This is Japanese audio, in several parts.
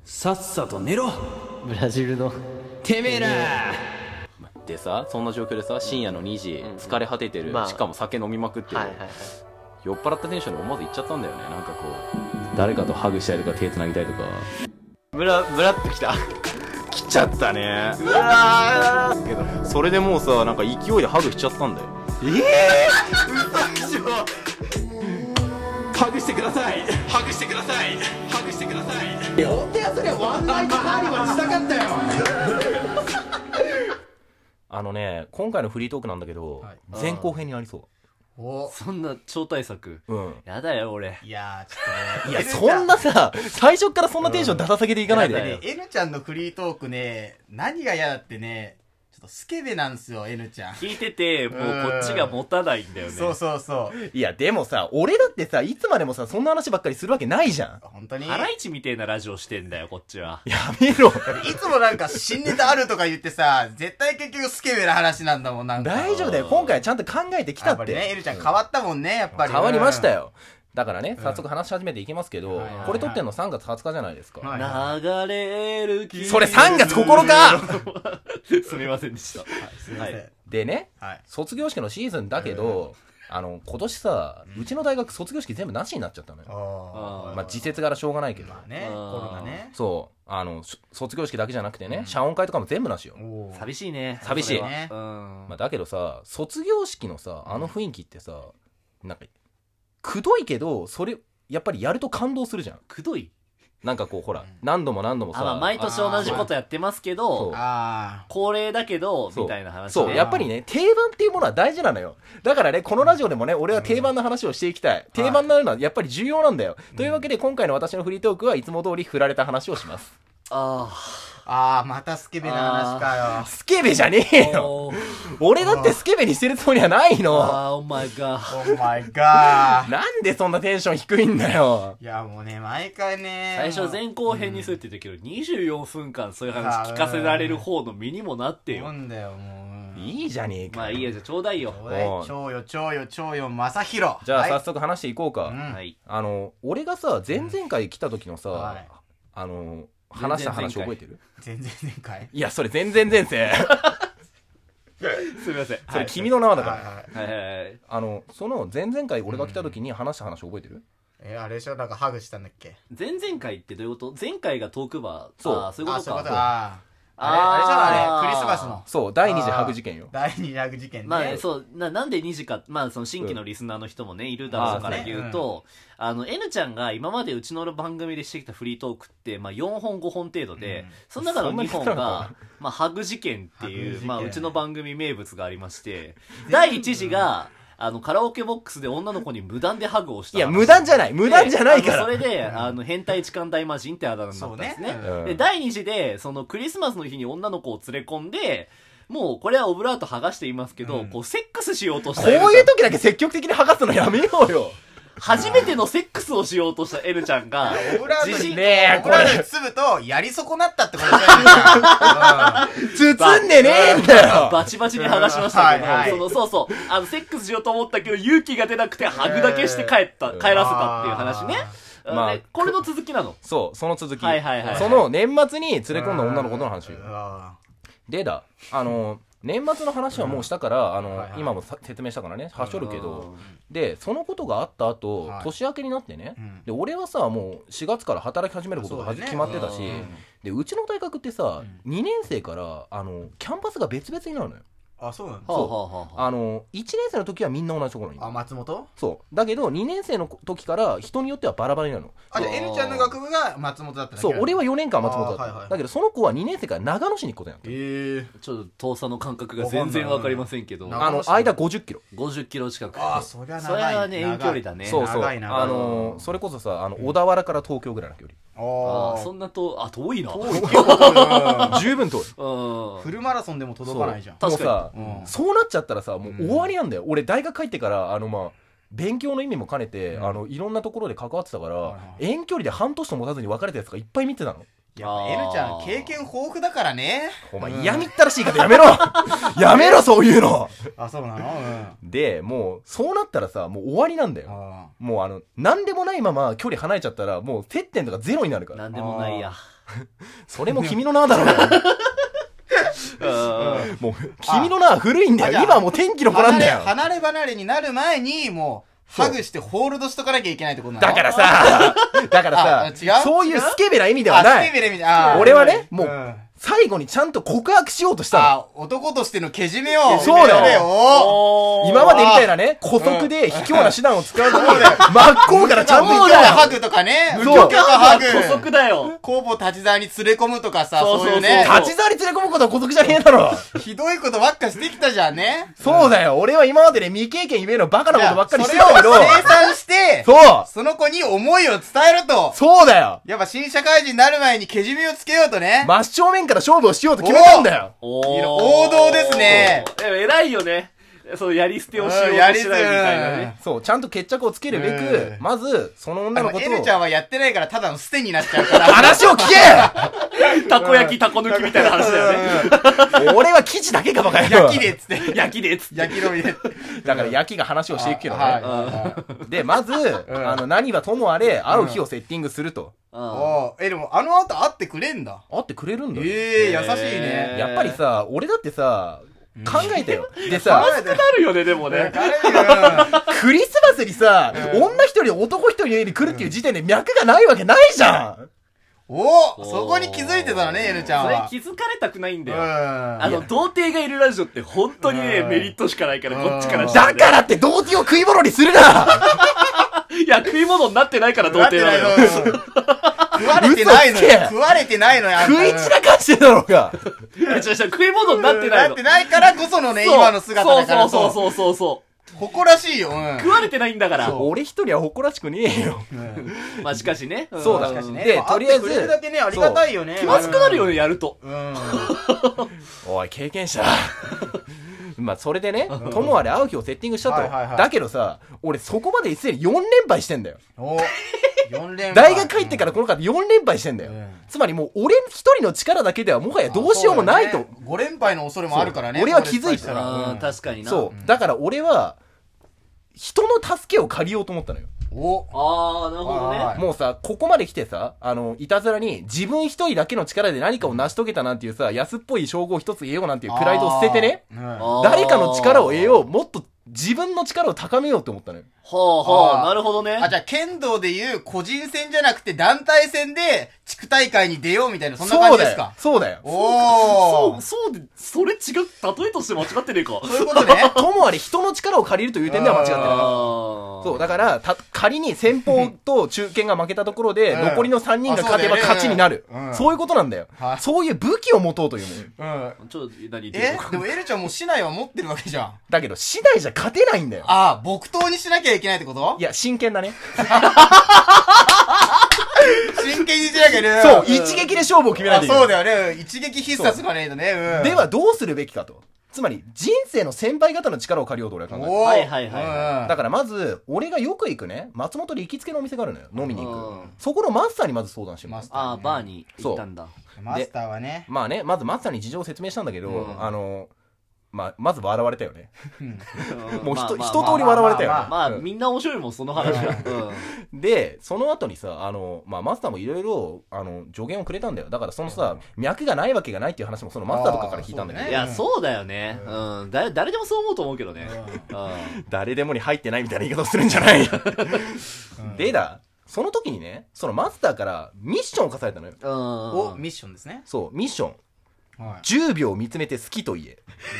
さっさと寝ろブラジルのてめえら。 でさ、そんな状況でさ、深夜の2時、疲れ果ててる、 まあしかも酒飲みまくってる、 はいはいはい。 酔っ払ったテンションで思わず言っちゃったんだよね。なんかこう誰かとハグしたりとか手繋ぎたいとか。 ブラッときた。 来ちゃったね。 うわけどそれでもうさ、なんか勢いでハグしちゃったんだよ。 ハグしてください、ハグしてください、ハグしてください。いや、お手やそれワンナイトパーリーはしたかったよ。 今回のフリートークなんだけど、前後編になりそそんな超大作。 う。 やだよ俺。 いやーちょっとねいや、そんなさ、最初からそんなテンションダサ下げでいかないで。 だってね N ちゃんのフリートークね、何が嫌だってね、ちょっとスケベなんすよ N ちゃん。 聞いててもうこっちが持たないんだよね。 そうそうそういや、でもさ、俺だってさ、いつまでもさ、そんな話ばっかりするわけないじゃん。 本当にハライチみてえなラジオしてんだよこっちは。 やめろ。 いつもなんか新ネタあるとか言ってさ、絶対結局スケベな話なんだもん。なんか大丈夫だよ。今回はちゃんと考えてきたっ。 やっぱりね N ちゃん変わったもんね、やっぱり変わりましたよ。だからね、早速話し始めていきますけど、 はいはいはいこれ撮ってんの3月20日じゃないですか。 はい流れる気それ3月9日すみませんでした。 すいません、 はいでね、 はい卒業式のシーズンだけど、今年さ、うちの大学卒業式全部なしになっちゃったのよ。 あまあ、時節柄しょうがないけど。 まあね、 あコーロナね。 そう、卒業式だけじゃなくてね、謝恩会とかも全部なしよ。 おー寂しいね。 寂しいそれはねうんまあ、だけどさ、卒業式のさ、あの雰囲気ってさ、なんか、くどいけど、それ、やっぱりやると感動するじゃん。 くどい。 なんかこう、ほら、何度も何度もさ、 まあ毎年同じことやってますけそうど、 あ恒例だけどそうみたいな話ね。 そう、やっぱりね、定番っていうものは大事なのよ。だからね、このラジオでもね、俺は定番の話をしていきたい。定番になるのはやっぱり重要なんだよ。というわけで、今回の私のフリートークはいつも通り振られた話をします。 ああー、またスケベな話かよ。 スケベじゃねえあ。 よ。俺だってスケベにしてるつもりはないの。 ああ、お前が。 オーマイガー。 なんでそんなテンション低いんだよ。 いやもうね、毎回ね。 最初前後編にするって言ったけど、24分間そういう話聞かせられる方の身にもなってよ。 なんだよ、もう。 いいじゃねえか。 まあいいや、じゃあちょうだいよ。 おい超よ、まさひろ。 じゃあはい早速話していこうか。 うんはい。 俺がさ、前々回来た時のさ、 はい話した話覚えてる？ 全然前回。 いや、それ全然前世。 すみません。 それ君の名はだから。 はいはい。 はいはいはい。 その前々回俺が来た時に話した話覚えてる？ あれでしょ、なんかハグしたんだっけ。 前々回ってどういうこと？前回がトークバー。 そうあーそういうことそういうことか。 ああれじゃあれ、クリスマスの。 そう、第二次ハグ事件よ。 第二ハグ事件ね。 まあね、そうなんで2時か、まあその新規のリスナーの人もね、いるだろうから言うと、N ちゃんが今までうちの番組でしてきたフリートークって、まあ4本5本程度で、その中の2本が、まあハグ事件っていう、 ハグ事件まあうちの番組名物がありまして、第1次が、カラオケボックスで女の子に無断でハグをした。 いや、無断じゃない。無断じゃないから。 それで、変態痴漢大魔人ってあだ名になったんですね。 そうねうんで、第2次で、そのクリスマスの日に女の子を連れ込んで、もうこれはオブラート剥がしていますけど、こうセックスしようとしたこういう時だけ積極的に剥がすのやめようよ。 初めてのセックスをしようとした N ちゃんが、 オブラート自信に、 ねえオブラートに包むと、やり損なったってことじゃないですか。 包んでねえんだよ。 バチバチに剥がしましたけど、 はいはいそう、セックスしようと思ったけど、勇気が出なくて、ハグだけして帰らせたっていう話ね。 まあでこれの続きなの。 そう、その続き。 はいはいはいその年末に連れ込んだ女の子の話よ。 あでだ、年末の話はもうしたから、 はい今も説明したからね、はしょるけど、で、そのことがあった後、 はい年明けになってね、 んで、俺はさ、もう4月から働き始めることがそうだね決まってたし、で、うちの大学ってさ、2年生から、キャンパスが別々になるのよ。 あ、そうなんだ。 はあはあはあ 1年生の時はみんな同じところにいるあ、松本そう。だけど、2年生の時から人によってはバラバラになるの。 あ、じゃあ N ちゃんの学部が松本だっただけそう、俺は4年間松本だった、 あーはいはいだけど、その子は2年生から長野市に行くことになった。 ちょっと遠さの感覚が全然わかりませんけど、 わかんない間50キロ。 50キロ近く。 あーそりゃ長いそれはね、遠距離だね。 そうそう。 長い長いそれこそさ、小田原から東京ぐらいの距離。 あーそそんな遠いな。 十分遠い。 うん。 フルマラソンでも届かないじゃん。 確かにもうさ、 うんそうなっちゃったらさ、もう終わりなんだよ。俺、大学帰ってから、勉強の意味も兼ねて、いろんなところで関わってたから、 はいは遠距離で半年と持たずに別れたやつがいっぱい見てたの。 やっぱ N ちゃん経験豊富だからね。 お前、嫌みったらしい言い方やめろやめろ、そういうのあ、そうなので、もう、そうなったらさ、もう終わりなんだよ。 あもうなんでもないまま距離離れちゃったら、もう接点とかゼロになるから。 なんでもないや。 それも君の名だろうが。もう、君の名は古いんだよ。今はもう天気の子なんだよ。 離れ離れになる前に、もう、ハグしてホールドしとかなきゃいけないってことなの？ だからさ、そういうスケベな意味ではない。 スケベな意味で、 俺はね、もう、最後にちゃんと告白しようとしたの。 男としてのけじめを。 そうだよ。今までみたいなね、姑息で卑怯な手段を使うと真っ向からちゃんと無許可ハグとかね。無許可ハグ。 姑息だよ。 工房立ち沢に連れ込むとかさ、そういうね。 立ち沢に連れ込むことは姑息じゃねえだろ。 ひどいことばっかしてきたじゃんね。 そうだよ。俺は今までね、未経験ゆえのバカなことばっかりしてたけど。 それを清算して、その子に思いを伝えると。 そうだよ。 やっぱ新社会人になる前にけじめをつけようとね。 真正面から勝負をしようと決めたんだよ。 王道ですね。 偉いよね。そう、やり捨てをしようとしないみたいなね。 そう、ちゃんと決着をつけるべく、まず、その女の子と。 エルちゃんはやってないからただの捨てになっちゃうから。 話を聞けたこ焼き、たこ抜きみたいな話だよね。 俺は生地だけがバカよ。 焼きでっつって。 焼きでっつって。 焼きのみで。 だから焼きが話をしていくけどね。で、まず、何はともあれ、会う日をセッティングすると。 でも、あの後会ってくれんだ。 会ってくれるんだよ。 優しいね。 やっぱりさ、俺だってさ、考えたよ。でさ、 悲しくなるよね、でもね。 クリスマスにさ、女一人男一人の家に来るっていう時点で脈がないわけないじゃん。 そこに気づいてたのね、エルちゃんは。 それ気づかれたくないんだよ。童貞がいるラジオって本当にね、メリットしかないから、こっちからしたら。 だからって童貞を食い物にするな。 いや、食い物になってないから童貞なのよ。 食われてないのよ。食われてないのよ。 食い散らかしてるだろうが。 食い物になってないの。 なってないからこそのね、今の姿だから。 そう。 誇らしいよ。 食われてないんだから。 俺一人は誇らしくねえよ。 まあしかしね。 そうだ。 で、とりあえず。それだけね、ありがたいよね。 気まずくなるよね、やると。 おい、経験者。まあ、それでね、ともあれ会う日をセッティングしたと。だけどさ、俺そこまですでに4連敗してんだよ。 4連敗。 大学帰ってからこの方4連敗してんだよ。つまりもう俺一人の力だけではもはやどうしようもないと。 5連敗の恐れもあるからね。 俺は気づいたら。確かにな。 そう。だから俺は、人の助けを借りようと思ったのよ。 なるほどね。 もうさ、ここまで来てさ、いたずらに自分一人だけの力で何かを成し遂げたなんていうさ、安っぽい称号一つ得ようなんていうプライドを捨ててね、誰かの力を得よう、もっと自分の力を高めようって思ったのよ。 なるほどね。 じゃあ剣道でいう個人戦じゃなくて団体戦で地区大会に出ようみたいな、そんな感じですか？ そうだよ。 それ違う、例えとして間違ってねえか。 そういうことね。 ともあれ人の力を借りるという点では間違ってない。そう、だから、仮に先方と中堅が負けたところで、残りの3人が勝てば勝ちになる。そういうことなんだよ。そういう武器を持とうというの。ちょっと、何言ってるの？ でもエルちゃんもう市内は持ってるわけじゃん。 だけど、市内じゃ勝てないんだよ。 木刀にしなきゃいけないってこと？ いや、真剣だね。 真剣にしなきゃね。 そう、一撃で勝負を決めないといけない。 そうだよね。一撃必殺がねえとね。 では、どうするべきかと。つまり、人生の先輩方の力を借りようと俺は考えてる。だからまず、俺がよく行くね、松本で行きつけのお店があるのよ。飲みに行く。そこのマスターにまず相談してます。 バーに行ったんだ。 マスターはね。 まあね、まずマスターに事情を説明したんだけど、まず笑われたよね。もう一通り笑われたよね。 まあ、みんな面白いもん、その話は。 で、その後にさ、マスターもいろいろ、助言をくれたんだよ。だからそのさ、脈がないわけがないっていう話もそのマスターとかから聞いたんだけど。 いや、そうだよね。誰でもそう思うと思うけどね。 誰でもに入ってないみたいな言い方をするんじゃない。でその時にね、そのマスターからミッションを課されたのよ。 ミッションですね。 そう、ミッション。10秒見つめて好きと言え。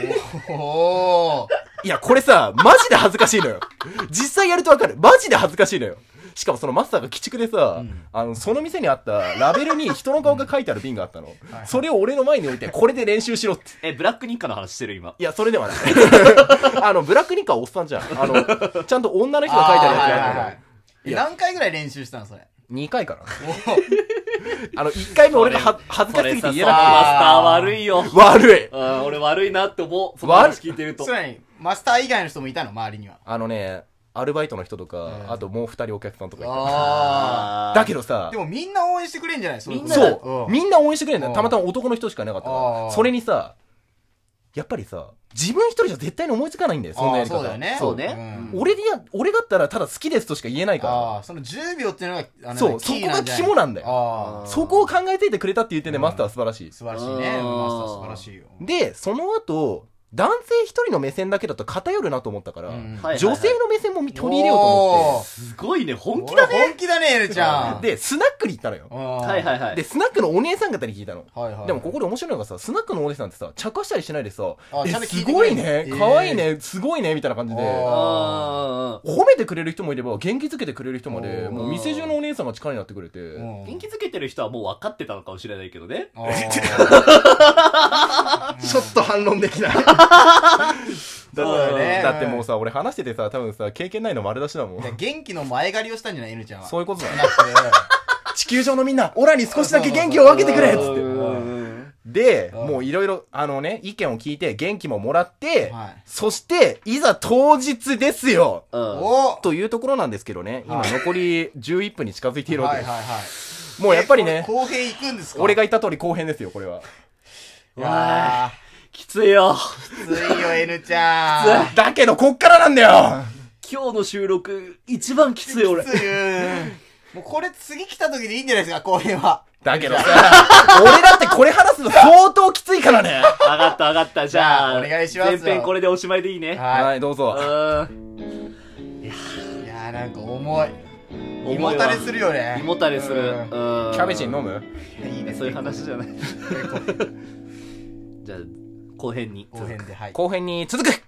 いや、これさ、マジで恥ずかしいのよ。実際やるとわかる。マジで恥ずかしいのよ。しかもそのマスターが鬼畜でさ、その店にあったラベルに人の顔が書いてある瓶があったの。それを俺の前に置いて、これで練習しろって。 ブラック日課の話してる今。 いや、それではない。ブラック日課はおっさんじゃん。ちゃんと女の人が書いてあるやつやるの。何回ぐらい練習したのそれ。 2回かな。1回目俺が恥ずかしすぎて言えなくて。 マスター悪いよ。 悪い。 俺悪いなって思う。その話聞いてると。 それに、マスター以外の人もいたの周りには。 アルバイトの人とか、あともう2人お客さんとかいた。だけどさ。 でもみんな応援してくれんじゃない？ そう。みんな応援してくれんだよ。たまたま男の人しかいなかったから。それにさ、やっぱりさ、 自分一人じゃ絶対に思いつかないんだよ、そんなやり方。 そうだよね。 そうね。 俺だったらただ好きですとしか言えないかその10秒っていうのが、 ら。そう、そこが肝なんだよ。そこを考えていてくれたっていう点でマスターは素晴らしい。 素晴らしいね。マスター素晴らしいよ。 で、その後、男性一人の目線だけだと偏るなと思ったから、女性の目線も取り入れようと思って。 すごいね、本気だね。 本気だね、エルちゃん。 で、スナックに行ったのよ。 はいはいはい。 で、スナックのお姉さん方に聞いたの。 はいはい。 でもここで面白いのがさ、スナックのお姉さんってさ、茶化したりしないでさ、すちゃんと聞いてくれるごいね、可愛いね、すごいね、みたいな感じで、褒めてくれる人もいれば、元気づけてくれる人まで、もう店中のお姉さんが力になってくれて。 元気づけてる人はもう分かってたのかもしれないけどね。 ちょっと反論できない。だってもうさ、俺話しててさ、多分さ、経験ないの丸出しだもん。 元気の前借りをしたんじゃない、N ちゃんは。 そういうことだね。地球上のみんな、オラに少しだけ元気を分けてくれっつって。で、もういろいろ、意見を聞いて元気ももらって、そして、いざ当日ですよというところなんですけどね、今残り11分に近づいているわけです。もうやっぱりね、 後編行くんですか？ 俺が言った通り後編ですよ、これは。 いやきついよ。 きついよ、N ちゃん。 だけど、こっからなんだよ。 今日の収録、一番きつい俺。 きつい。もうこれ次来た時でいいんじゃないですか、後編は。 だけどさ、俺だってこれ話すの相当きついからね。 上がった上がった。じゃあ、 お願いしますよ。 前編これでおしまいでいいね。 はい、どうぞ。 いやなんか重い。胃もたれするよね。 胃もたれする。キャベチン飲む？ いいね、そういう話じゃない。じゃあ、後編に。 後編で、はい。 後編に続く。